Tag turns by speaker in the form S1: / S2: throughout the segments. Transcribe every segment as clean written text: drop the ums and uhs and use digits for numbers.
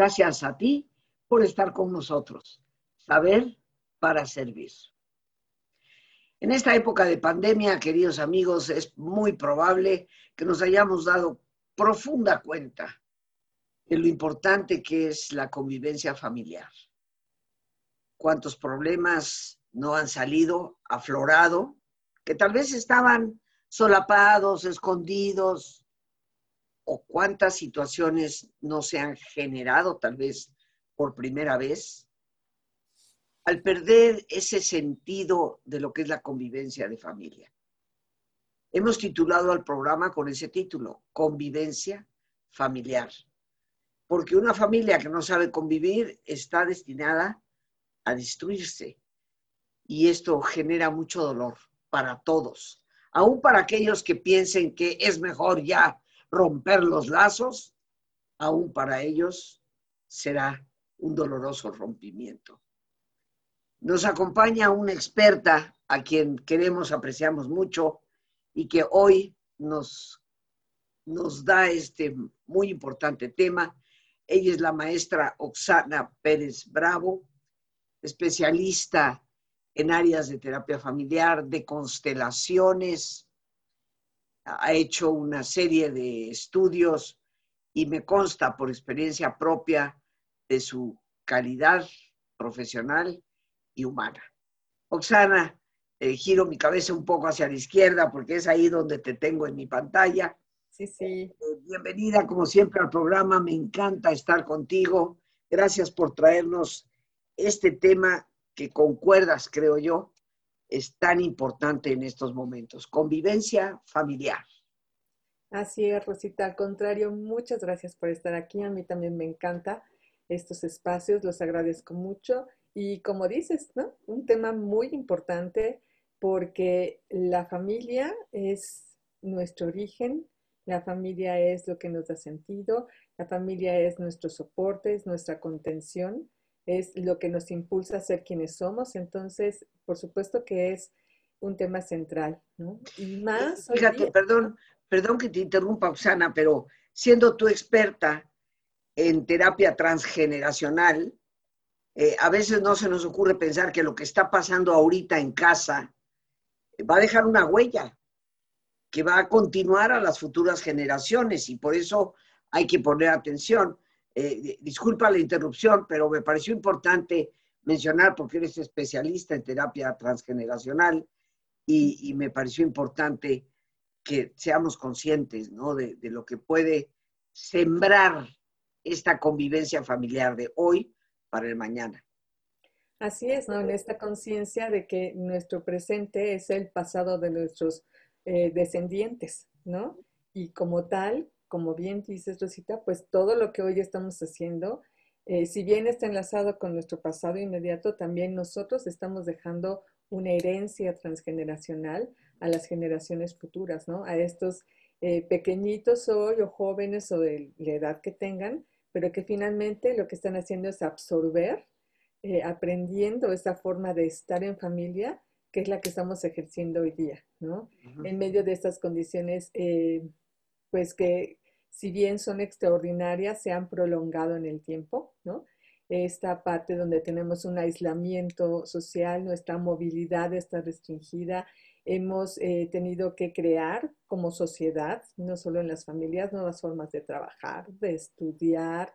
S1: Gracias a ti por estar con nosotros. Saber para servir. En esta época de pandemia, queridos amigos, es muy probable que nos hayamos dado profunda cuenta de lo importante que es la convivencia familiar. Cuántos problemas no han salido, aflorado, que tal vez estaban solapados, escondidos, o cuántas situaciones no se han generado tal vez por primera vez, al perder ese sentido de lo que es la convivencia de familia. Hemos titulado al programa con ese título, Convivencia Familiar, porque una familia que no sabe convivir está destinada a destruirse, y esto genera mucho dolor para todos, aún para aquellos que piensen que es mejor ya romper los lazos, aún para ellos será un doloroso rompimiento. Nos acompaña una experta a quien queremos, apreciamos mucho y que hoy nos da este muy importante tema. Ella es la maestra Oxana Pérez Bravo, especialista en áreas de terapia familiar, de constelaciones, ha hecho una serie de estudios y me consta por experiencia propia de su calidad profesional y humana. Oxana, giro mi cabeza un poco hacia la izquierda porque es ahí donde te tengo en mi pantalla.
S2: Sí, sí.
S1: Bienvenida como siempre al programa, me encanta estar contigo. Gracias por traernos este tema que concuerdas, creo yo, es tan importante en estos momentos. Convivencia familiar.
S2: Así es, Rosita. Al contrario, muchas gracias por estar aquí. A mí también me encanta estos espacios, los agradezco mucho. Y como dices, ¿no? Un tema muy importante porque la familia es nuestro origen, la familia es lo que nos da sentido, la familia es nuestro soporte, es nuestra contención, es lo que nos impulsa a ser quienes somos. Entonces, por supuesto que es un tema central, ¿no? Y más hoy
S1: Fíjate,
S2: día, ¿no?
S1: perdón que te interrumpa, Oxana, pero siendo tú experta en terapia transgeneracional, a veces no se nos ocurre pensar que lo que está pasando ahorita en casa va a dejar una huella que va a continuar a las futuras generaciones y por eso hay que poner atención. Disculpa la interrupción, pero me pareció importante mencionar porque eres especialista en terapia transgeneracional y me pareció importante que seamos conscientes, ¿no? de lo que puede sembrar esta convivencia familiar de hoy para el mañana.
S2: Así es, ¿no? En esta conciencia de que nuestro presente es el pasado de nuestros descendientes, ¿no? Y como tal, como bien dices, Rosita, pues todo lo que hoy estamos haciendo, si bien está enlazado con nuestro pasado inmediato, también nosotros estamos dejando una herencia transgeneracional a las generaciones futuras, ¿no? A estos pequeñitos hoy o jóvenes o de la edad que tengan, pero que finalmente lo que están haciendo es absorber aprendiendo esta forma de estar en familia, que es la que estamos ejerciendo hoy día, ¿no?
S1: Uh-huh.
S2: En medio de estas condiciones, pues que si bien son extraordinarias, se han prolongado en el tiempo, ¿no? Esta parte donde tenemos un aislamiento social, nuestra movilidad está restringida, hemos tenido que crear como sociedad, no solo en las familias, nuevas formas de trabajar, de estudiar,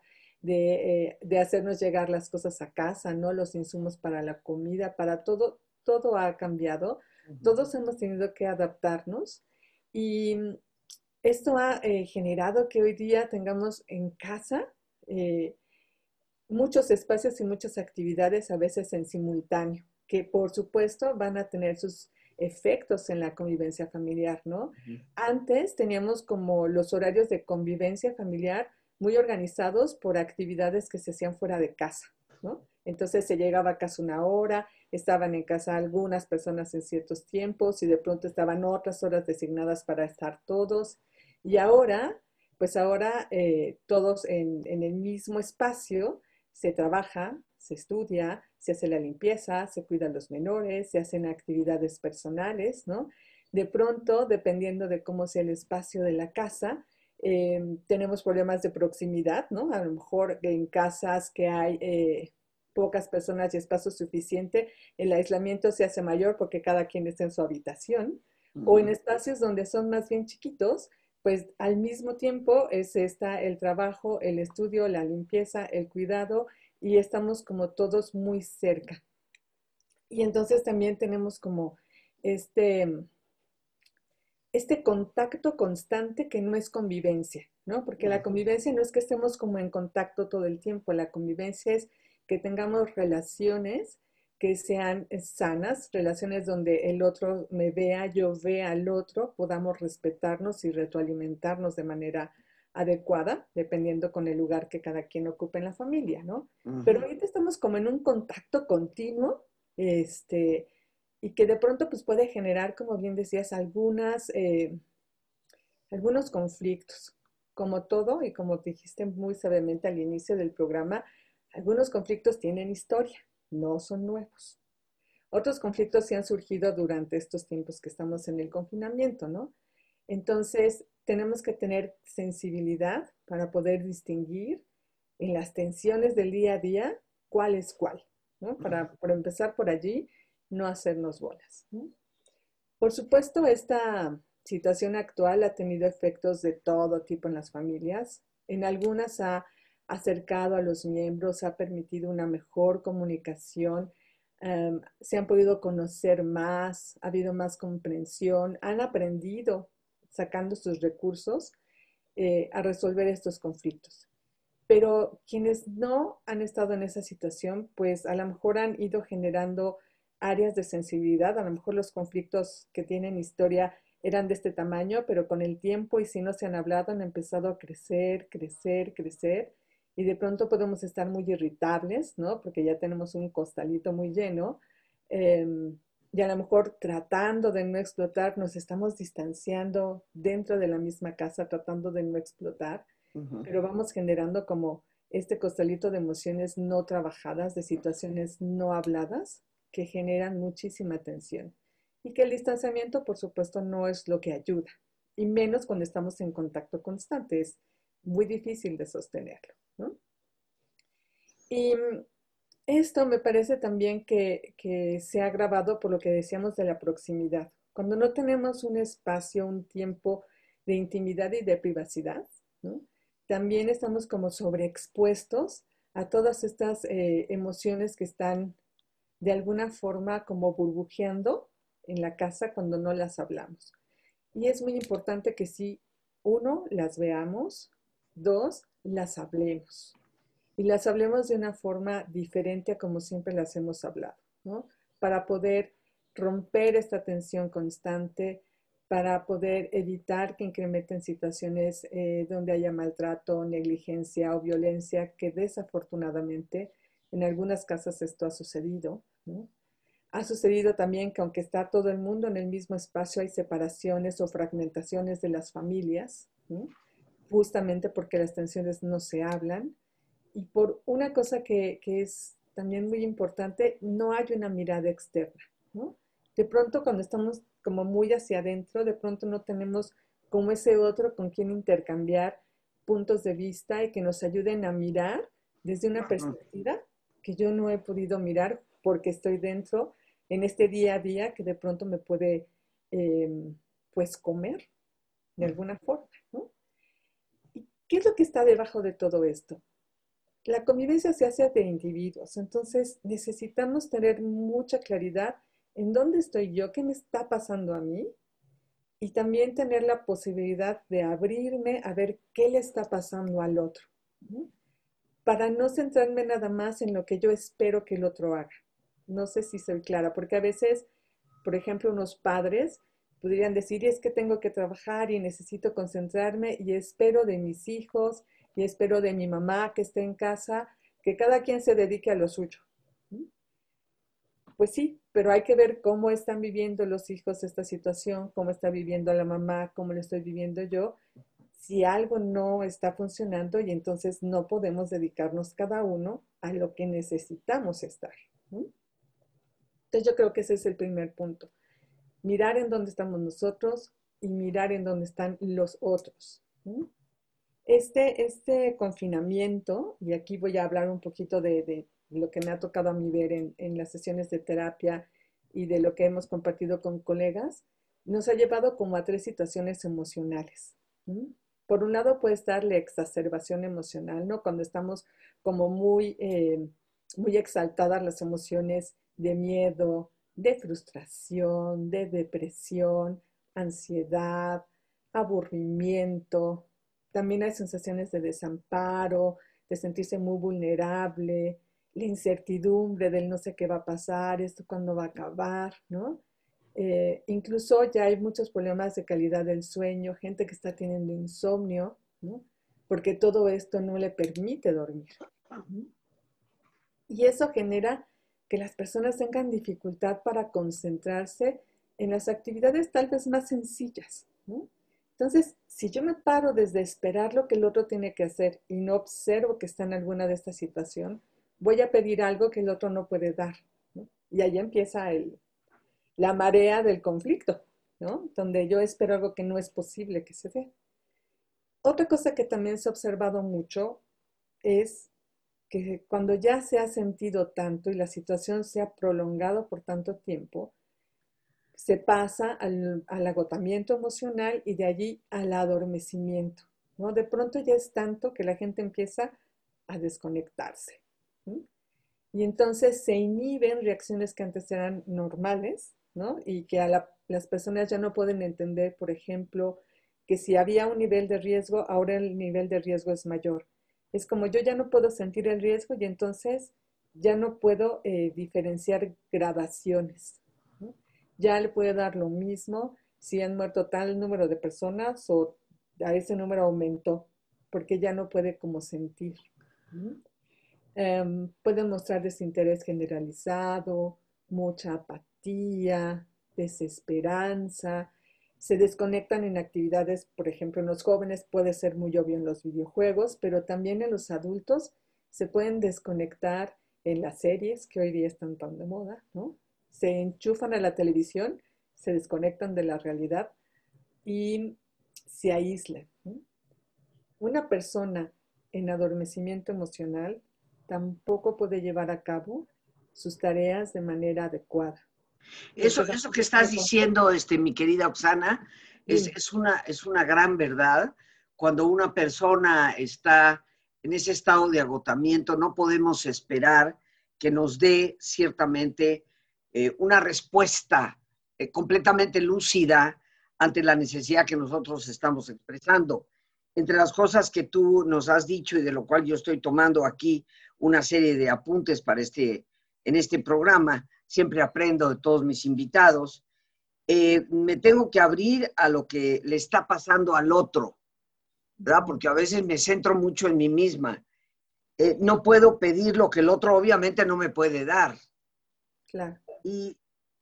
S2: de hacernos llegar las cosas a casa, ¿no? Los insumos para la comida, para todo, todo ha cambiado. Todos hemos tenido que adaptarnos y esto ha generado que hoy día tengamos en casa eh, muchos espacios y muchas actividades a veces en simultáneo, que por supuesto van a tener sus efectos en la convivencia familiar, ¿no?
S1: Uh-huh.
S2: Antes teníamos como los horarios de convivencia familiar muy organizados por actividades que se hacían fuera de casa, ¿no? Entonces se llegaba a casa una hora, estaban en casa algunas personas en ciertos tiempos y de pronto estaban otras horas designadas para estar todos. Y ahora, pues ahora todos en el mismo espacio se trabaja, se estudia, se hace la limpieza, se cuidan los menores, se hacen actividades personales, ¿no? De pronto, dependiendo de cómo sea el espacio de la casa, tenemos problemas de proximidad, ¿no? A lo mejor en casas que hay pocas personas y espacio suficiente, el aislamiento se hace mayor porque cada quien está en su habitación, o en
S1: Ujú.
S2: espacios donde son más bien chiquitos, pues al mismo tiempo está el trabajo, el estudio, la limpieza, el cuidado, y estamos como todos muy cerca. Y entonces también tenemos como este, este contacto constante que no es convivencia, ¿no? Porque la
S1: Ujú.
S2: convivencia no es que estemos como en contacto todo el tiempo, la convivencia es que tengamos relaciones que sean sanas, relaciones donde el otro me vea, yo vea al otro, podamos respetarnos y retroalimentarnos de manera adecuada, dependiendo con el lugar que cada quien ocupe en la familia, ¿no? Pero
S1: Ujú.
S2: ahorita estamos como en un contacto continuo, este, y que de pronto pues puede generar, como bien decías, algunos conflictos. Como todo, y como dijiste muy sabiamente al inicio del programa, algunos conflictos tienen historia, no son nuevos. Otros conflictos sí han surgido durante estos tiempos que estamos en el confinamiento, ¿no? Entonces, tenemos que tener sensibilidad para poder distinguir en las tensiones del día a día cuál es cuál, ¿no? Para empezar por allí, no hacernos bolas, ¿no? Por supuesto, esta situación actual ha tenido efectos de todo tipo en las familias. En algunas ha acercado a los miembros, ha permitido una mejor comunicación, se han podido conocer más, ha habido más comprensión, han aprendido, sacando sus recursos, a resolver estos conflictos. Pero quienes no han estado en esa situación, pues a lo mejor han ido generando áreas de sensibilidad, a lo mejor los conflictos que tienen historia eran de este tamaño, pero con el tiempo y si no se han hablado han empezado a crecer, crecer, crecer y de pronto podemos estar muy irritables, ¿no? Porque ya tenemos un costalito muy lleno eh, y a lo mejor tratando de no explotar nos estamos distanciando dentro de la misma casa, tratando de no explotar,
S1: Ujú.
S2: pero vamos generando como este costalito de emociones no trabajadas, de situaciones no habladas, que generan muchísima tensión. Y que el distanciamiento, por supuesto, no es lo que ayuda, y menos cuando estamos en contacto constante, es muy difícil de sostenerlo, ¿no? Y esto me parece también que se ha agravado por lo que decíamos de la proximidad. Cuando no tenemos un espacio, un tiempo de intimidad y de privacidad, ¿no? También estamos como sobreexpuestos a todas estas emociones que están de alguna forma como burbujeando en la casa cuando no las hablamos. Y es muy importante que sí, uno, las veamos, dos, las hablemos y las hablemos de una forma diferente a como siempre las hemos hablado, ¿no? Para poder romper esta tensión constante, para poder evitar que incrementen situaciones donde haya maltrato, negligencia o violencia, que desafortunadamente en algunas casas esto ha sucedido, ¿no? Ha sucedido también que aunque está todo el mundo en el mismo espacio, hay separaciones o fragmentaciones de las familias, ¿no? Justamente porque las tensiones no se hablan y por una cosa que es también muy importante, no hay una mirada externa, ¿no? De pronto cuando estamos como muy hacia adentro, de pronto no tenemos como ese otro con quien intercambiar puntos de vista y que nos ayuden a mirar desde una
S1: Ujú.
S2: perspectiva que yo no he podido mirar porque estoy dentro en este día a día que de pronto me puede eh, pues comer de alguna forma, ¿no? ¿Y qué es lo que está debajo de todo esto? La convivencia se hace de individuos, entonces necesitamos tener mucha claridad en dónde estoy yo, qué me está pasando a mí y también tener la posibilidad de abrirme a ver qué le está pasando al otro, ¿no? Para no centrarme nada más en lo que yo espero que el otro haga. No sé si soy clara, porque a veces, por ejemplo, unos padres podrían decir, es que tengo que trabajar y necesito concentrarme y espero de mis hijos y espero de mi mamá que esté en casa, que cada quien se dedique a lo suyo. Pues sí, pero hay que ver cómo están viviendo los hijos esta situación, cómo está viviendo la mamá, cómo lo estoy viviendo yo, si algo no está funcionando y entonces no podemos dedicarnos cada uno a lo que necesitamos estar, ¿no? Entonces yo creo que ese es el primer punto. Mirar en dónde estamos nosotros y mirar en dónde están los otros, ¿no? Este confinamiento, y aquí voy a hablar un poquito de lo que me ha tocado a mí ver en las sesiones de terapia y de lo que hemos compartido con colegas, nos ha llevado como a tres situaciones emocionales. ¿M? Por un lado puede estar la exacerbación emocional, ¿no? Cuando estamos como muy exaltadas las emociones de miedo, de frustración, de depresión, ansiedad, aburrimiento. También hay sensaciones de desamparo, de sentirse muy vulnerable, la incertidumbre del no sé qué va a pasar, esto cuándo va a acabar, ¿no? Incluso ya hay muchos problemas de calidad del sueño, gente que está teniendo insomnio, ¿no? Porque todo esto no le permite dormir. ¿No? Y eso genera que las personas tengan dificultad para concentrarse en las actividades tal vez más sencillas, ¿no? Entonces, si yo me paro desde esperar lo que el otro tiene que hacer y no observo que está en alguna de estas situaciones, voy a pedir algo que el otro no puede dar, ¿no? Y ahí empieza la marea del conflicto, ¿no? Donde yo espero algo que no es posible que se dé. Otra cosa que también se ha observado mucho es que cuando ya se ha sentido tanto y la situación se ha prolongado por tanto tiempo, se pasa al agotamiento emocional y de allí al adormecimiento, ¿no? De pronto ya es tanto que la gente empieza a desconectarse, ¿no? Y entonces se inhiben reacciones que antes eran normales, ¿no? Y que las personas ya no pueden entender, por ejemplo, que si había un nivel de riesgo, ahora el nivel de riesgo es mayor. Es como yo ya no puedo sentir el riesgo y entonces ya no puedo diferenciar gradaciones, ¿no? Ya le puede dar lo mismo si han muerto tal número de personas o a ese número aumentó, porque ya no puede como sentir, ¿no? Pueden mostrar desinterés generalizado, mucha apatía, desesperanza, se desconectan en actividades, por ejemplo, en los jóvenes puede ser muy obvio en los videojuegos, pero también en los adultos se pueden desconectar en las series que hoy día están tan de moda, ¿no? Se enchufan a la televisión, se desconectan de la realidad y se aíslan, ¿no? Una persona en adormecimiento emocional tampoco puede llevar a cabo sus tareas de manera adecuada.
S1: Eso que estás diciendo, mi querida Oxana,
S2: Dime.
S1: es una gran verdad. Cuando una persona está en ese estado de agotamiento, no podemos esperar que nos dé ciertamente una respuesta completamente lúcida ante la necesidad que nosotros estamos expresando. Entre las cosas que tú nos has dicho y de lo cual yo estoy tomando aquí una serie de apuntes para en este programa, siempre aprendo de todos mis invitados, me tengo que abrir a lo que le está pasando al otro, ¿verdad? Porque a veces me centro mucho en mí misma. No puedo pedir lo que el otro obviamente no me puede dar.
S2: Claro.
S1: Y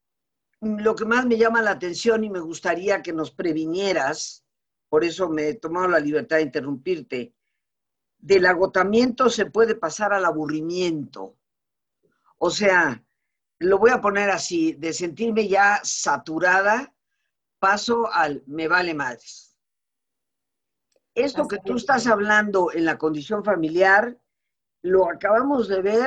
S1: lo que más me llama la atención y me gustaría que nos previnieras, por eso me he tomado la libertad de interrumpirte, del agotamiento se puede pasar al aburrimiento. O sea, lo voy a poner así, de sentirme ya saturada, paso al me vale madres. Esto que
S2: Así
S1: tú
S2: es.
S1: estás hablando en la condición familiar, lo acabamos de ver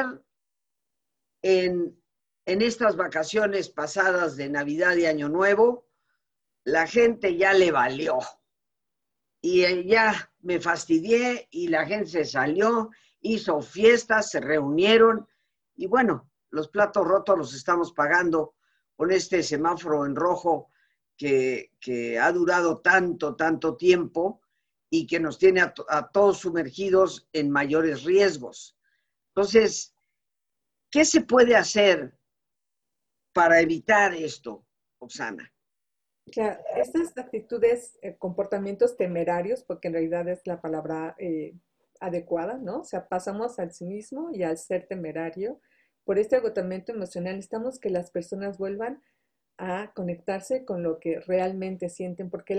S1: en, en estas vacaciones pasadas de Navidad y Año Nuevo. La gente ya le valió y ya me fastidié y la gente se salió, hizo fiestas, se reunieron y bueno, los platos rotos los estamos pagando con este semáforo en rojo que ha durado tanto tiempo y que nos tiene a todos sumergidos en mayores riesgos. Entonces, ¿qué se puede hacer para evitar esto, Oxana?
S2: Claro, estas actitudes, comportamientos temerarios, porque en realidad es la palabra adecuada, ¿no? O sea, pasamos al cinismo y al ser temerario. Por este agotamiento emocional, necesitamos que las personas vuelvan a conectarse con lo que realmente sienten, porque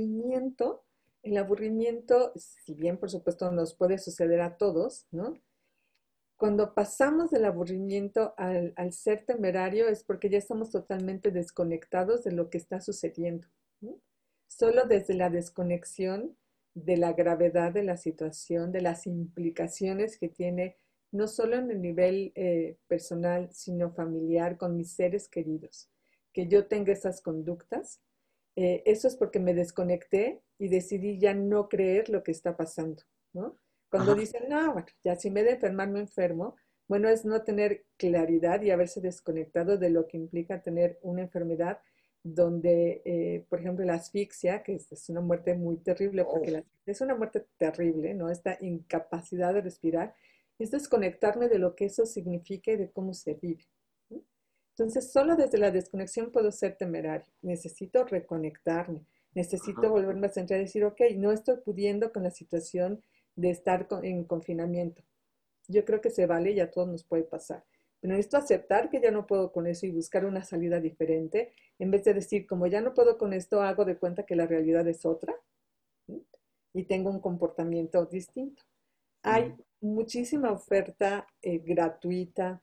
S2: el aburrimiento, si bien por supuesto nos puede suceder a todos, ¿no? Cuando pasamos del aburrimiento al ser temerario es porque ya estamos totalmente desconectados de lo que está sucediendo, ¿no? Solo desde la desconexión de la gravedad de la situación, de las implicaciones que tiene, no solo en el nivel personal, sino familiar, con mis seres queridos, que yo tenga esas conductas. Eso es porque me desconecté y decidí ya no creer lo que está pasando, ¿no? Cuando
S1: Ajá.
S2: dicen, no, bueno, ya si me he de enfermar, me enfermo, bueno, es no tener claridad y haberse desconectado de lo que implica tener una enfermedad donde, por ejemplo, la asfixia, que es una muerte muy terrible, porque
S1: Oh,
S2: es una muerte terrible, ¿no? Esta incapacidad de respirar, es desconectarme de lo que eso significa y de cómo se vive, ¿no? Entonces, solo desde la desconexión puedo ser temerario. Necesito reconectarme, necesito
S1: ajá.
S2: volverme a centrar y decir, ok, no estoy pudiendo con la situación de estar en confinamiento. Yo creo que se vale y a todos nos puede pasar. Pero necesito aceptar que ya no puedo con eso y buscar una salida diferente, en vez de decir, como ya no puedo con esto, hago de cuenta que la realidad es otra, ¿sí? Y tengo un comportamiento distinto. Hay
S1: Ujú.
S2: muchísima oferta gratuita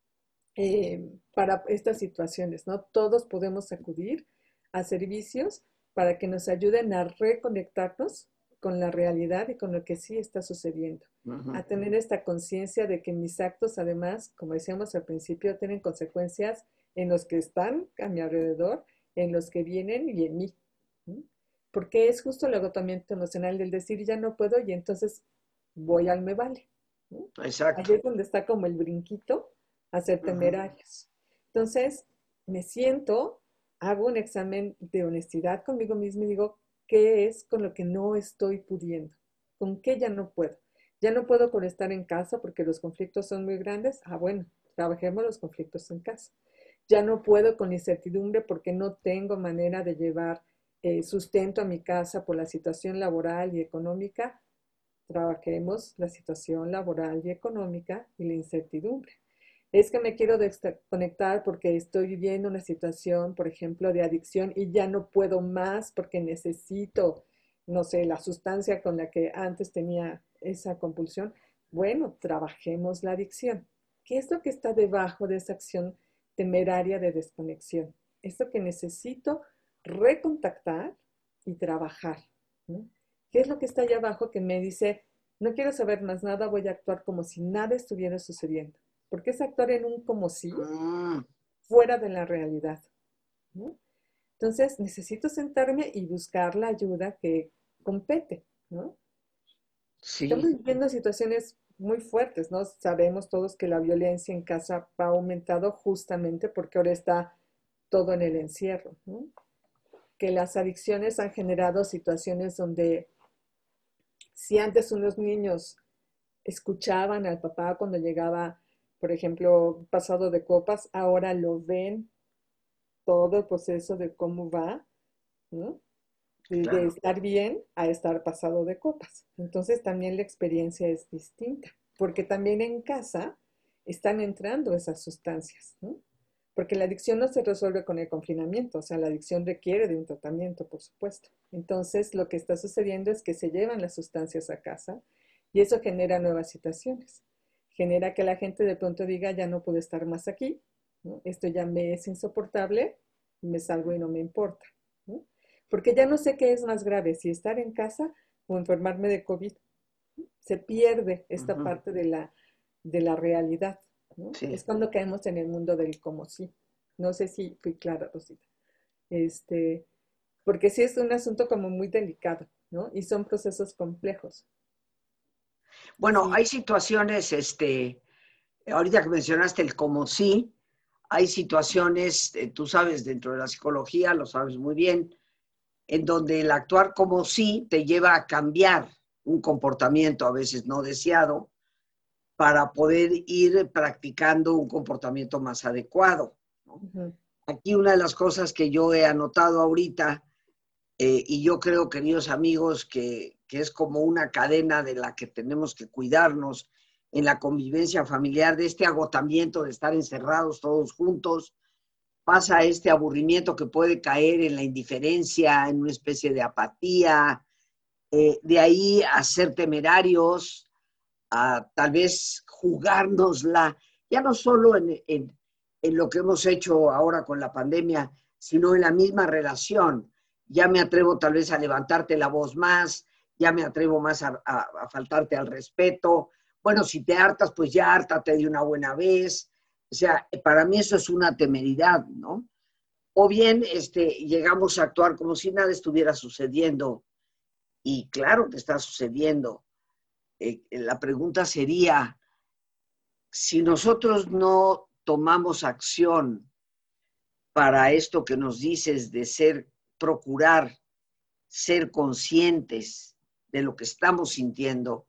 S2: para estas situaciones, ¿no? Todos podemos acudir a servicios para que nos ayuden a reconectarnos con la realidad y con lo que sí está sucediendo,
S1: Ujú.
S2: a tener esta conciencia de que mis actos, además, como decíamos al principio, tienen consecuencias en los que están a mi alrededor, en los que vienen y en mí, ¿no? Porque es justo el agotamiento emocional del decir ya no puedo y entonces voy al me vale, ¿no? Ahí
S1: Exacto.
S2: es donde está como el brinquito a ser
S1: Ujú.
S2: temerarios. Entonces, me siento, hago un examen de honestidad conmigo mismo y digo, ¿qué es con lo que no estoy pudiendo? ¿Con qué ya no puedo? Ya no puedo con estar en casa porque los conflictos son muy grandes. Ah, bueno, trabajemos los conflictos en casa. Ya no puedo con incertidumbre porque no tengo manera de llevar sustento a mi casa por la situación laboral y económica. Trabajemos la situación laboral y económica y la incertidumbre. Es que me quiero desconectar porque estoy viviendo una situación, por ejemplo, de adicción y ya no puedo más porque necesito, no sé, la sustancia con la que antes tenía esa compulsión. Bueno, trabajemos la adicción. ¿Qué es lo que está debajo de esa acción temeraria de desconexión? Esto que necesito recontactar y trabajar, ¿no? ¿Qué es lo que está allá abajo que me dice, no quiero saber más nada, voy a actuar como si nada estuviera sucediendo? Porque es actuar en un como si
S1: Mm,
S2: fuera de la realidad, ¿no? Entonces necesito sentarme y buscar la ayuda que compete, ¿no? Estamos
S1: sí,
S2: viviendo situaciones muy fuertes, ¿no? Sabemos todos que la violencia en casa ha aumentado justamente porque ahora está todo en el encierro, ¿no? Que las adicciones han generado situaciones donde si antes unos niños escuchaban al papá cuando llegaba, por ejemplo, pasado de copas, ahora lo ven todo el proceso de cómo va, ¿no? De
S1: claro.
S2: estar bien a estar pasado de copas. Entonces también la experiencia es distinta, porque también en casa están entrando esas sustancias, ¿no? Porque la adicción no se resuelve con el confinamiento, o sea, la adicción requiere de un tratamiento, por supuesto. Entonces, lo que está sucediendo es que se llevan las sustancias a casa y eso genera nuevas situaciones. Genera que la gente de pronto diga, ya no puedo estar más aquí, ¿no? Esto ya me es insoportable, me salgo y no me importa, ¿no? Porque ya no sé qué es más grave, si estar en casa o enfermarme de COVID. Se pierde esta
S1: Ujú.
S2: parte de la realidad, ¿no? Es
S1: Sí.
S2: cuando caemos en el mundo del como sí. No sé si fui clara, Rosita. Este, porque sí es un asunto como muy delicado, ¿no? Y son procesos complejos.
S1: Bueno,
S2: Sí.
S1: hay situaciones, ahorita que mencionaste el como sí, hay situaciones, tú sabes, dentro de la psicología, lo sabes muy bien, en donde el actuar como sí te lleva a cambiar un comportamiento a veces no deseado para poder ir practicando un comportamiento más adecuado, ¿no?
S2: Ujú,
S1: Aquí una de las cosas que yo he anotado ahorita, y yo creo, queridos amigos, que es como una cadena de la que tenemos que cuidarnos en la convivencia familiar, de este agotamiento de estar encerrados todos juntos, pasa este aburrimiento que puede caer en la indiferencia, en una especie de apatía, de ahí a ser temerarios, a tal vez jugárnosla, ya no solo en lo que hemos hecho ahora con la pandemia, sino en la misma relación. Ya me atrevo tal vez a levantarte la voz más, ya me atrevo más a faltarte al respeto. Bueno, si te hartas, pues ya hártate de una buena vez. O sea, para mí eso es una temeridad, ¿no? O bien llegamos a actuar como si nada estuviera sucediendo. Y claro que está sucediendo. La pregunta sería, si nosotros no tomamos acción para esto que nos dices de procurar ser conscientes de lo que estamos sintiendo,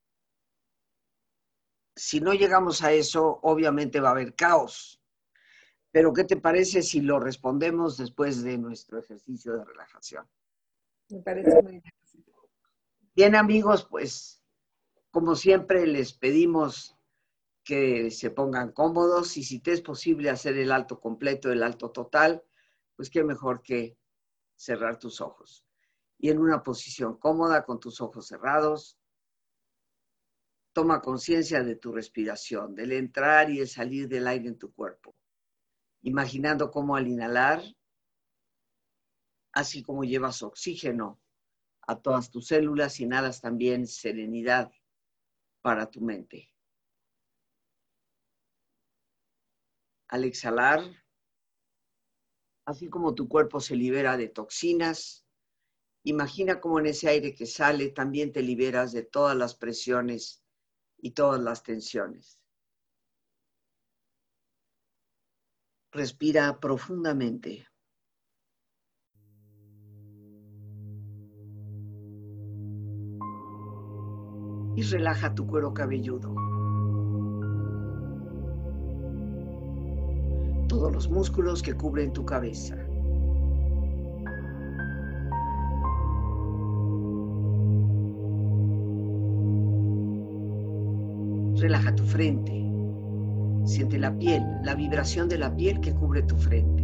S1: si no llegamos a eso, obviamente va a haber caos. Pero ¿qué te parece si lo respondemos después de nuestro ejercicio de relajación?
S2: Me parece muy bien.
S1: Bien, amigos, pues como siempre les pedimos que se pongan cómodos y si te es posible hacer el alto completo, el alto total, pues qué mejor que cerrar tus ojos. Y en una posición cómoda con tus ojos cerrados, toma conciencia de tu respiración, del entrar y el salir del aire en tu cuerpo, imaginando cómo al inhalar, así como llevas oxígeno a todas tus células, inhalas también serenidad para tu mente. Al exhalar, así como tu cuerpo se libera de toxinas, imagina cómo en ese aire que sale también te liberas de todas las presiones y todas las tensiones. Respira profundamente. Y relaja tu cuero cabelludo. Todos los músculos que cubren tu cabeza. Relaja tu frente. Siente la piel, la vibración de la piel que cubre tu frente.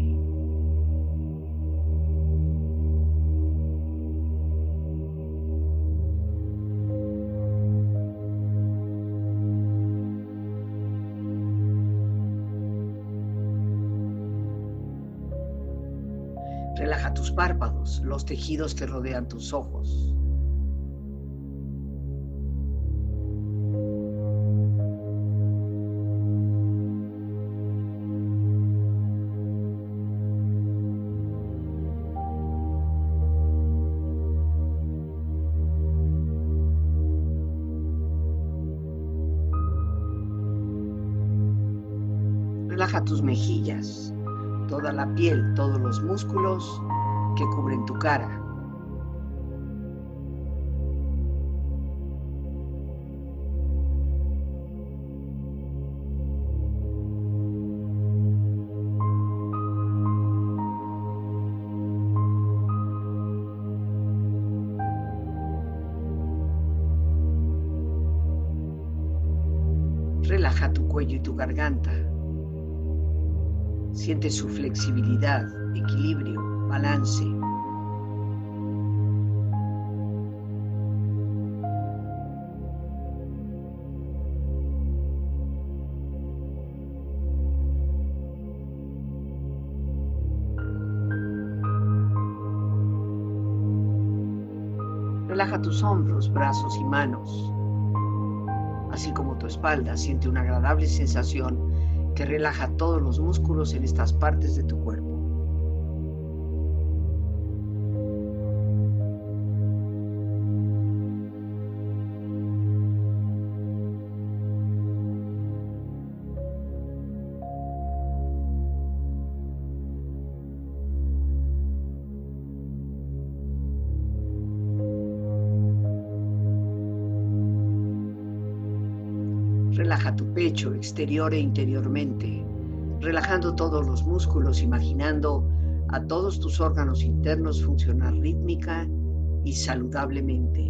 S1: Relaja tus párpados, los tejidos que rodean tus ojos. Relaja tus mejillas, toda la piel, todos los músculos que cubren tu cara. Relaja tu cuello y tu garganta. Siente su flexibilidad, equilibrio, balance. Relaja tus hombros, brazos y manos, así como tu espalda. Siente una agradable sensación que relaja todos los músculos en estas partes de tu cuerpo. Relaja tu pecho, exterior e interiormente, relajando todos los músculos, imaginando a todos tus órganos internos funcionar rítmica y saludablemente.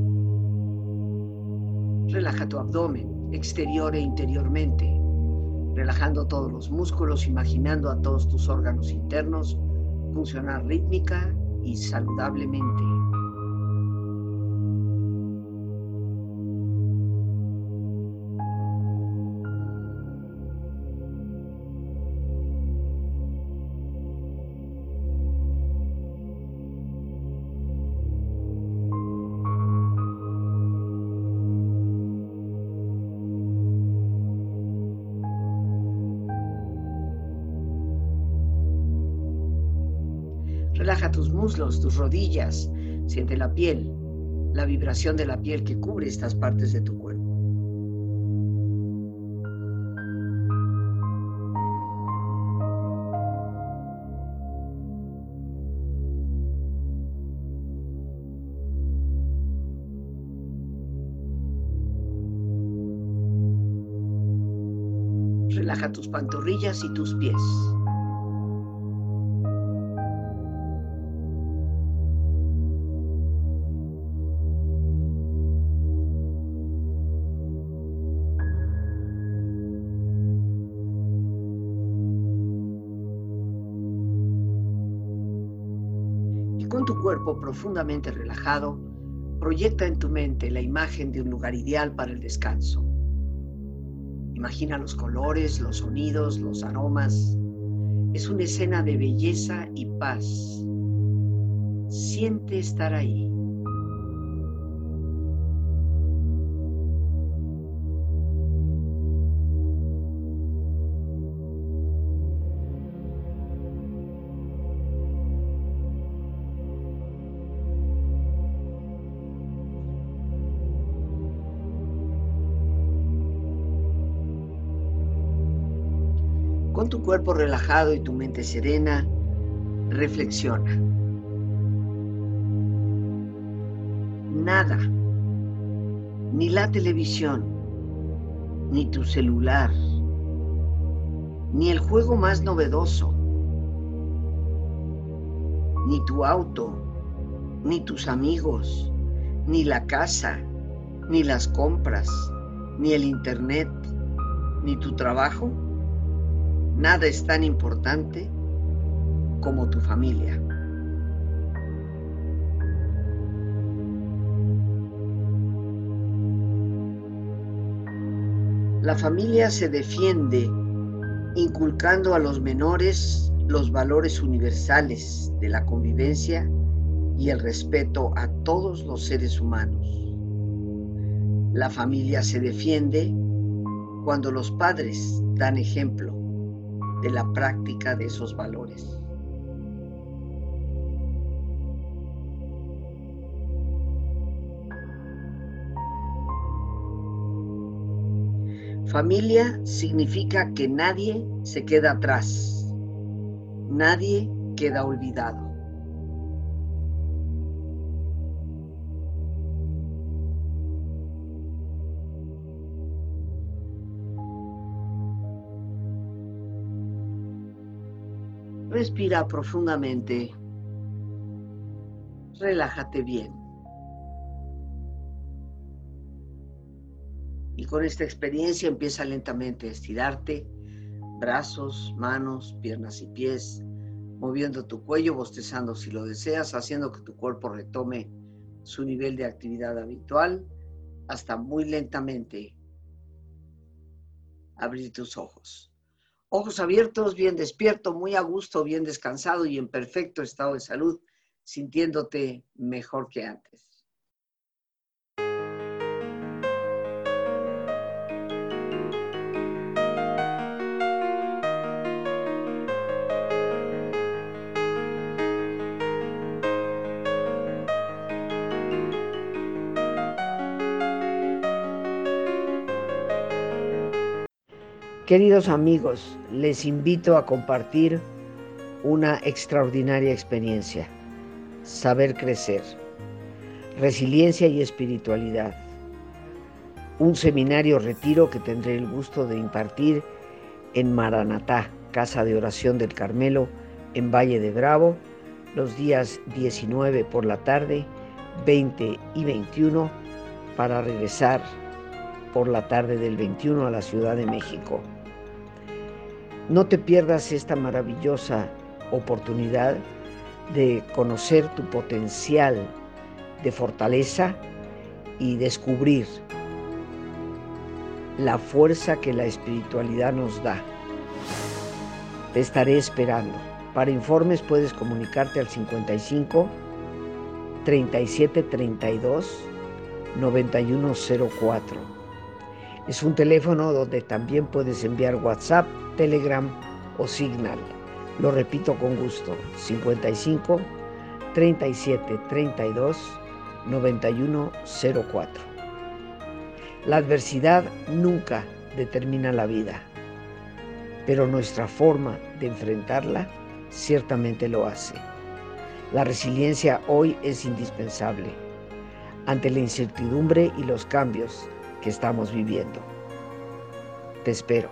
S1: Relaja tu abdomen, exterior e interiormente, relajando todos los músculos, imaginando a todos tus órganos internos funcionar rítmica y saludablemente. Relaja tus muslos, tus rodillas, siente la piel, la vibración de la piel que cubre estas partes de tu cuerpo. Relaja tus pantorrillas y tus pies. Con tu cuerpo profundamente relajado, proyecta en tu mente la imagen de un lugar ideal para el descanso. Imagina los colores, los sonidos, los aromas. Es una escena de belleza y paz. Siente estar ahí. Con tu cuerpo relajado y tu mente serena, reflexiona. Nada, ni la televisión, ni tu celular, ni el juego más novedoso, ni tu auto, ni tus amigos, ni la casa, ni las compras, ni el internet, ni tu trabajo. Nada es tan importante como tu familia. La familia se defiende inculcando a los menores los valores universales de la convivencia y el respeto a todos los seres humanos. La familia se defiende cuando los padres dan ejemplo de la práctica de esos valores. Familia significa que nadie se queda atrás, nadie queda olvidado. Respira profundamente, relájate bien. Y con esta experiencia empieza lentamente a estirarte, brazos, manos, piernas y pies, moviendo tu cuello, bostezando si lo deseas, haciendo que tu cuerpo retome su nivel de actividad habitual, hasta muy lentamente abrir tus ojos. Ojos abiertos, bien despierto, muy a gusto, bien descansado y en perfecto estado de salud, sintiéndote mejor que antes. Queridos amigos, les invito a compartir una extraordinaria experiencia. Saber crecer, resiliencia y espiritualidad. Un seminario retiro que tendré el gusto de impartir en Maranatá, Casa de Oración del Carmelo, en Valle de Bravo, los días 19 por la tarde, 20 y 21, para regresar por la tarde del 21 a la Ciudad de México. No te pierdas esta maravillosa oportunidad de conocer tu potencial de fortaleza y descubrir la fuerza que la espiritualidad nos da. Te estaré esperando. Para informes puedes comunicarte al 55 37 32 9104. Es un teléfono donde también puedes enviar WhatsApp, Telegram o Signal. Lo repito con gusto, 55 37 32 9104. La adversidad nunca determina la vida, pero nuestra forma de enfrentarla ciertamente lo hace. La resiliencia hoy es indispensable ante la incertidumbre y los cambios que estamos viviendo. Te espero.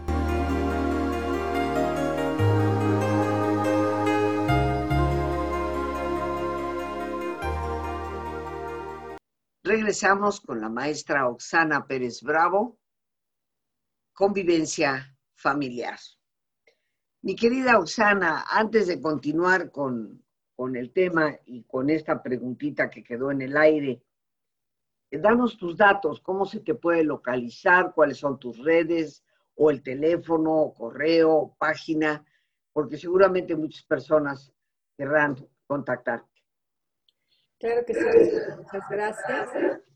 S1: Regresamos con la maestra Oxana Pérez Bravo, convivencia familiar. Mi querida Oxana, antes de continuar con el tema y con esta preguntita que quedó en el aire, danos tus datos, cómo se te puede localizar, cuáles son tus redes, o el teléfono, o correo, o página, porque seguramente muchas personas querrán contactarte.
S2: Claro que sí, muchas gracias.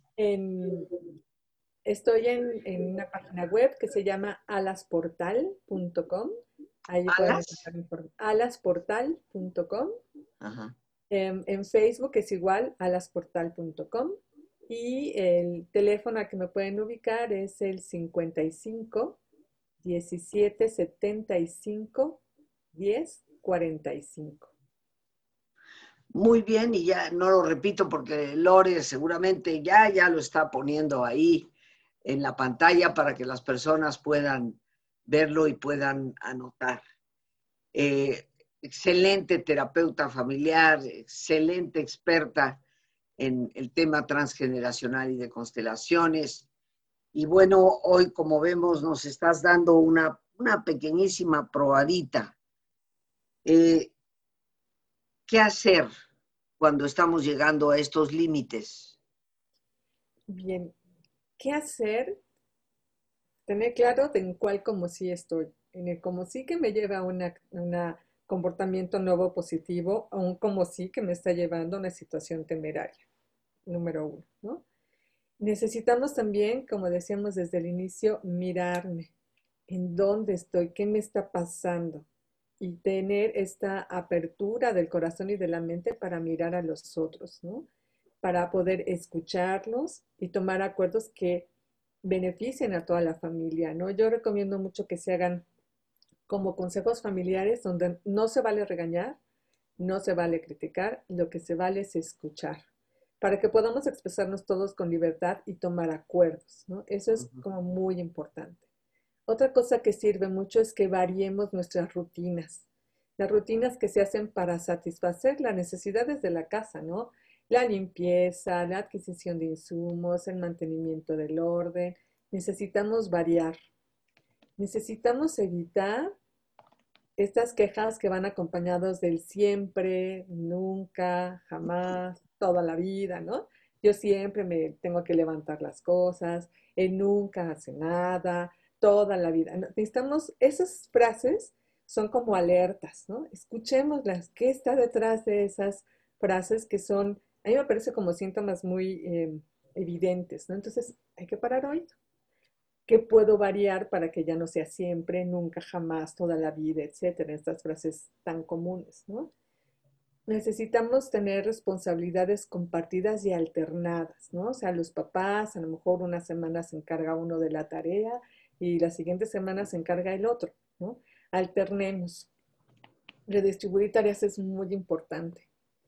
S2: Estoy en una página web que se llama alasportal.com. Ahí pueden encontrar alasportal.com.
S1: Ajá.
S2: En Facebook es igual, alasportal.com. Y el teléfono al que me pueden ubicar es el 55 17 75 10 45.
S1: Muy bien, y ya no lo repito porque Lore seguramente ya lo está poniendo ahí en la pantalla para que las personas puedan verlo y puedan anotar. Excelente terapeuta familiar, excelente experta en el tema transgeneracional y de constelaciones. Y bueno, hoy como vemos nos estás dando una pequeñísima probadita. ¿Qué hacer cuando estamos llegando a estos límites?
S2: Bien, ¿qué hacer? Tener claro en cuál como sí estoy. En el como sí que me lleva a un comportamiento nuevo positivo, a un como sí que me está llevando a una situación temeraria, número uno, ¿no? Necesitamos también, como decíamos desde el inicio, mirarme. ¿En dónde estoy? ¿Qué me está pasando? Y tener esta apertura del corazón y de la mente para mirar a los otros, ¿no? Para poder escucharlos y tomar acuerdos que beneficien a toda la familia, ¿no? Yo recomiendo mucho que se hagan como consejos familiares donde no se vale regañar, no se vale criticar, lo que se vale es escuchar, para que podamos expresarnos todos con libertad y tomar acuerdos, ¿no? Eso es como muy importante. Otra cosa que sirve mucho es que variemos nuestras rutinas. Las rutinas que se hacen para satisfacer las necesidades de la casa, ¿no? La limpieza, la adquisición de insumos, el mantenimiento del orden. Necesitamos variar. Necesitamos evitar estas quejas que van acompañados del siempre, nunca, jamás, toda la vida, ¿no? Yo siempre me tengo que levantar las cosas, él nunca hace nada, toda la vida. Necesitamos, esas frases son como alertas, ¿no? Escuchémoslas, ¿qué está detrás de esas frases que son, a mí me parece como síntomas muy evidentes, ¿no? Entonces, hay que parar hoy. ¿Qué puedo variar para que ya no sea siempre, nunca, jamás, toda la vida, etcétera? Estas frases tan comunes, ¿no? Necesitamos tener responsabilidades compartidas y alternadas, ¿no? O sea, los papás, a lo mejor una semana se encarga uno de la tarea y la siguiente semana se encarga el otro, ¿no? Alternemos. Redistribuir tareas es muy importante.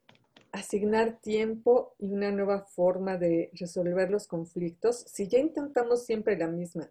S2: Asignar tiempo y una nueva forma de resolver los conflictos. Si ya intentamos siempre la misma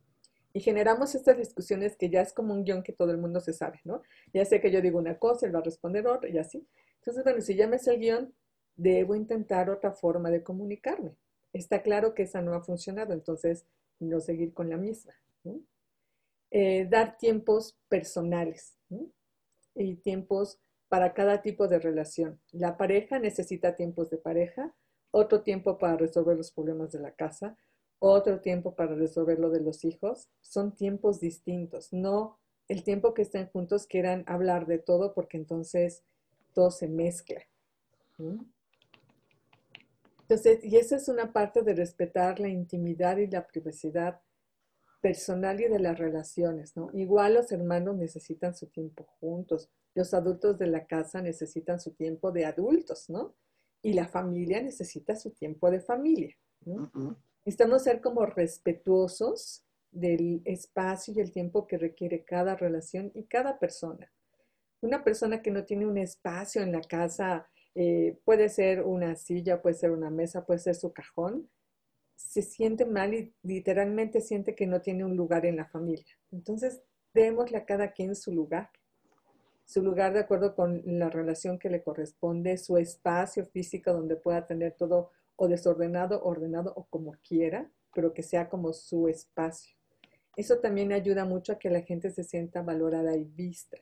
S2: y generamos estas discusiones que ya es como un guión que todo el mundo se sabe, ¿no? Ya sé que yo digo una cosa, él va a responder otra y así. Entonces, bueno, si ya me sé el guión, debo intentar otra forma de comunicarme. Está claro que esa no ha funcionado, entonces no seguir con la misma, ¿no? dar tiempos personales, ¿no? Y tiempos para cada tipo de relación. La pareja necesita tiempos de pareja, otro tiempo para resolver los problemas de la casa, otro tiempo para resolver lo de los hijos. Son tiempos distintos, no el tiempo que estén juntos quieran hablar de todo porque entonces todo se mezcla, ¿no? Entonces, y esa es una parte de respetar la intimidad y la privacidad personal y de las relaciones, ¿no? Igual los hermanos necesitan su tiempo juntos, los adultos de la casa necesitan su tiempo de adultos, ¿no? Y la familia necesita su tiempo de familia, ¿no? Necesitamos ser como respetuosos del espacio y el tiempo que requiere cada relación y cada persona. Una persona que no tiene un espacio en la casa, puede ser una silla, puede ser una mesa, puede ser su cajón, se siente mal y literalmente siente que no tiene un lugar en la familia. Entonces, démosle a cada quien su lugar de acuerdo con la relación que le corresponde, su espacio físico donde pueda tener todo o desordenado, ordenado o como quiera, pero que sea como su espacio. Eso también ayuda mucho a que la gente se sienta valorada y vista.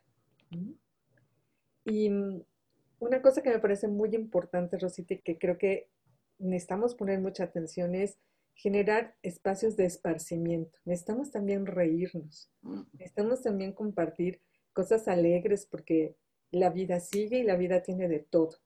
S2: Y una cosa que me parece muy importante, Rosita, y que creo que necesitamos poner mucha atención es generar espacios de esparcimiento. Necesitamos también reírnos. Necesitamos también compartir cosas alegres porque la vida sigue y la vida tiene de todo.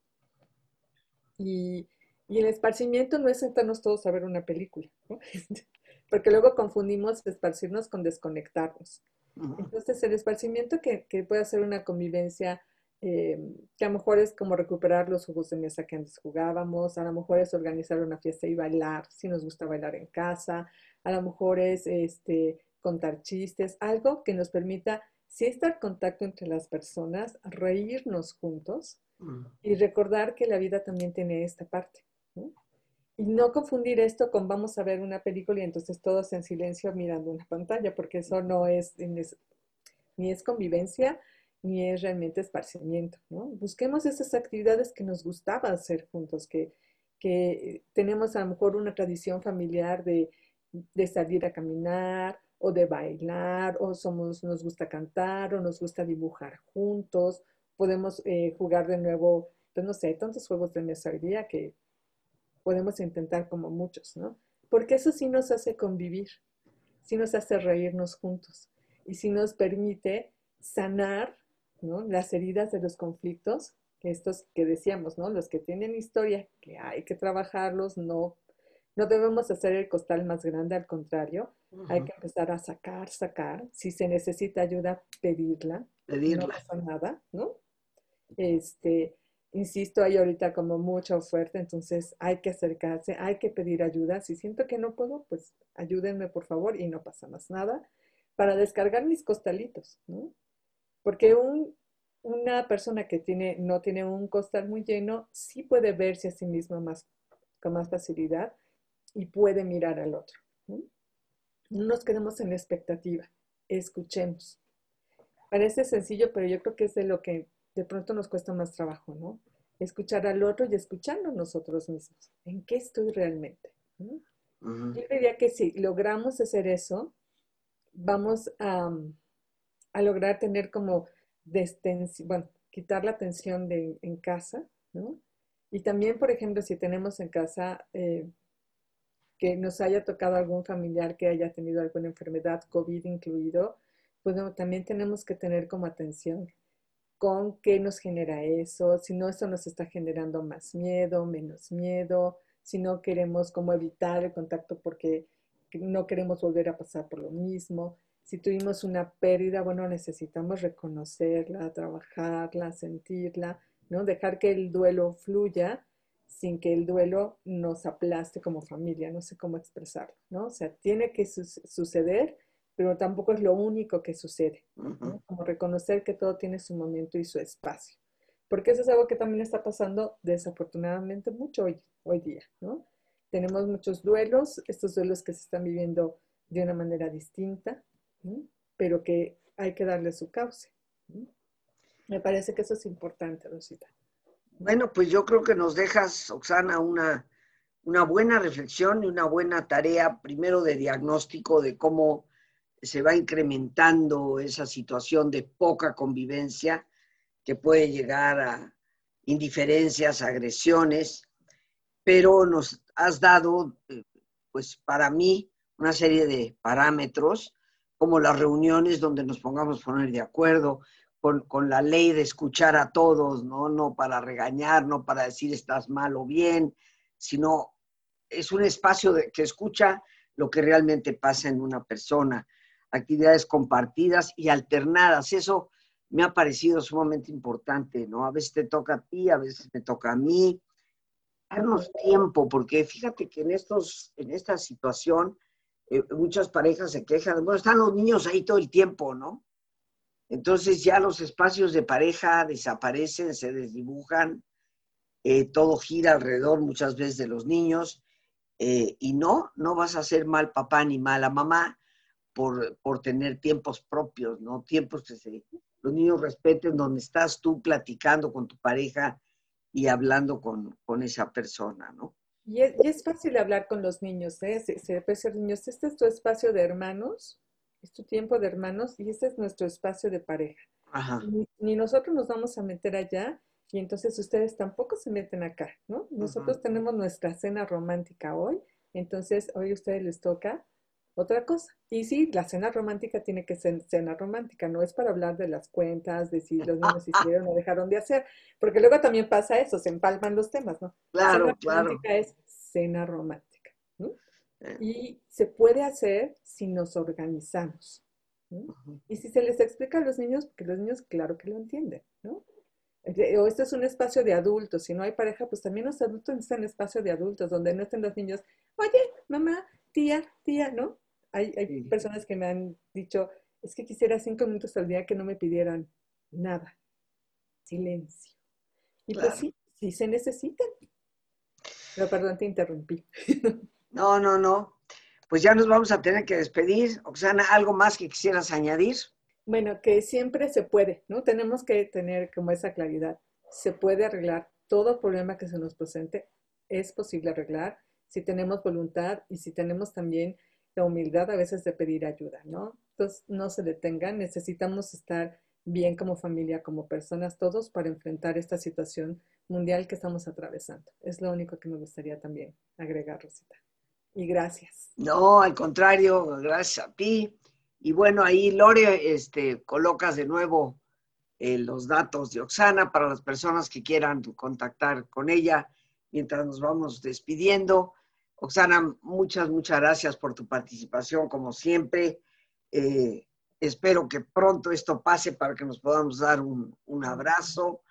S2: Y, y el esparcimiento no es sentarnos todos a ver una película, ¿no? Porque luego confundimos esparcirnos con desconectarnos. Entonces, el esparcimiento que puede ser una convivencia, que a lo mejor es como recuperar los juegos de mesa que antes jugábamos, a lo mejor es organizar una fiesta y bailar, si nos gusta bailar en casa, a lo mejor es contar chistes, algo que nos permita, sí estar contacto entre las personas, reírnos juntos y recordar que la vida también tiene esta parte, ¿no? Y no confundir esto con vamos a ver una película y entonces todos en silencio mirando una pantalla, porque eso no es, ni es convivencia, ni es realmente esparcimiento, ¿no? Busquemos esas actividades que nos gustaba hacer juntos, que tenemos a lo mejor una tradición familiar de salir a caminar o de bailar, o nos gusta cantar o nos gusta dibujar juntos, podemos jugar de nuevo, pues no sé, hay tantos juegos de mesa hoy día que podemos intentar como muchos, ¿no? Porque eso sí nos hace convivir, sí nos hace reírnos juntos y sí nos permite sanar, ¿no? Las heridas de los conflictos, que estos que decíamos, ¿no? Los que tienen historia, que hay que trabajarlos, no debemos hacer el costal más grande, al contrario, hay que empezar a sacar, si se necesita ayuda, pedirla, no
S1: Pedirla.
S2: pasa nada, ¿no? Este, insisto, hay ahorita como mucha oferta, entonces hay que acercarse, hay que pedir ayuda. Si siento que no puedo, pues ayúdenme por favor y no pasa más nada para descargar mis costalitos, ¿no? Porque una persona que no tiene un costal muy lleno, sí puede verse a sí misma con más facilidad y puede mirar al otro, ¿no? No nos quedemos en la expectativa, escuchemos. Parece sencillo, pero yo creo que es de lo que de pronto nos cuesta más trabajo, ¿no? Escuchar al otro y escucharnos nosotros mismos. ¿En qué estoy realmente? ¿No? Yo diría que si logramos hacer eso, vamos a lograr tener como bueno, quitar la tensión en casa, ¿no? Y también, por ejemplo, si tenemos en casa que nos haya tocado algún familiar que haya tenido alguna enfermedad, COVID incluido, pues no, también tenemos que tener como atención con qué nos genera eso, si no eso nos está generando más miedo, menos miedo, si no queremos como evitar el contacto porque no queremos volver a pasar por lo mismo. Si tuvimos una pérdida, bueno, necesitamos reconocerla, trabajarla, sentirla, ¿no? Dejar que el duelo fluya sin que el duelo nos aplaste como familia, no sé cómo expresarlo, ¿no? O sea, tiene que suceder, pero tampoco es lo único que sucede, ¿no? Como reconocer que todo tiene su momento y su espacio. Porque eso es algo que también está pasando desafortunadamente mucho hoy día, ¿no? Tenemos muchos duelos, estos duelos que se están viviendo de una manera distinta, ¿no? Pero que hay que darle su cauce, ¿no? Me parece que eso es importante, Rosita.
S1: Bueno, pues yo creo que nos dejas, Oxana, una buena reflexión y una buena tarea, primero de diagnóstico de cómo se va incrementando esa situación de poca convivencia que puede llegar a indiferencias, agresiones, pero nos has dado, pues para mí, una serie de parámetros, como las reuniones donde nos pongamos a poner de acuerdo, con la ley de escuchar a todos, ¿no? No para regañar, no para decir estás mal o bien, sino es un espacio que escucha lo que realmente pasa en una persona, actividades compartidas y alternadas. Eso me ha parecido sumamente importante, ¿no? A veces te toca a ti, a veces me toca a mí. Darnos tiempo, porque fíjate que en esta situación muchas parejas se quejan, bueno, están los niños ahí todo el tiempo, ¿no? Entonces ya los espacios de pareja desaparecen, se desdibujan, todo gira alrededor muchas veces de los niños, y no vas a ser mal papá ni mala mamá por tener tiempos propios, ¿no? Tiempos que los niños respeten donde estás tú platicando con tu pareja y hablando con esa persona, ¿no?
S2: Y es fácil hablar con los niños, ¿eh? Se puede ser niños, este es tu espacio de hermanos, es tu tiempo de hermanos y este es nuestro espacio de pareja.
S1: Ajá.
S2: Ni nosotros nos vamos a meter allá y entonces ustedes tampoco se meten acá, ¿no?
S1: Uh-huh.
S2: Nosotros tenemos nuestra cena romántica hoy, entonces hoy a ustedes les toca otra cosa. Y sí, la cena romántica tiene que ser cena romántica, no es para hablar de las cuentas, de si los niños hicieron o dejaron de hacer, porque luego también pasa eso, se empalman los temas, ¿no? Cena
S1: Claro, claro.
S2: romántica es cena romántica, ¿no?
S1: Eh,
S2: Y se puede hacer si nos organizamos, ¿no?
S1: uh-huh.
S2: Y si se les explica a los niños, porque los niños claro que lo entienden, ¿no? O esto es un espacio de adultos, si no hay pareja, pues también los adultos necesitan espacio de adultos, donde no estén los niños, oye, mamá, tía, ¿no? Hay
S1: Sí,
S2: personas que me han dicho, es que quisiera 5 minutos al día que no me pidieran nada, silencio. Y pues
S1: claro.
S2: sí, sí se necesitan. Pero perdón, te interrumpí.
S1: No, no, no. Pues ya nos vamos a tener que despedir. Oxana, ¿algo más que quisieras añadir?
S2: Bueno, que siempre se puede, ¿no? Tenemos que tener como esa claridad. Se puede arreglar todo problema que se nos presente, es posible arreglar si tenemos voluntad y si tenemos también la humildad a veces de pedir ayuda, ¿no? Entonces, no se detengan, necesitamos estar bien como familia, como personas, todos para enfrentar esta situación mundial que estamos atravesando. Es lo único que me gustaría también agregar, Rosita. Y gracias.
S1: No, al contrario, gracias a ti. Y bueno, ahí Lore, colocas de nuevo los datos de Oxana para las personas que quieran contactar con ella mientras nos vamos despidiendo. Oxana, muchas gracias por tu participación, como siempre. Eh, Espero que pronto esto pase para que nos podamos dar un abrazo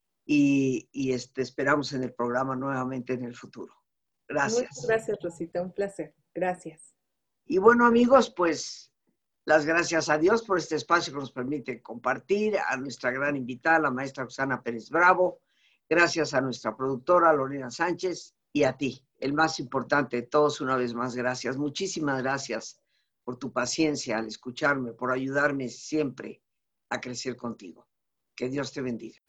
S1: y esperamos en el programa nuevamente en el futuro.
S2: Muchas
S1: Gracias.
S2: gracias, Rosita. Un placer. Gracias.
S1: Y bueno, amigos, pues las gracias a Dios por este espacio que nos permite compartir, a nuestra gran invitada, la maestra Oxana Pérez Bravo, gracias a nuestra productora Lorena Sánchez y a ti, el más importante de todos, una vez más, gracias. Muchísimas gracias por tu paciencia al escucharme, por ayudarme siempre a crecer contigo. Que Dios te bendiga.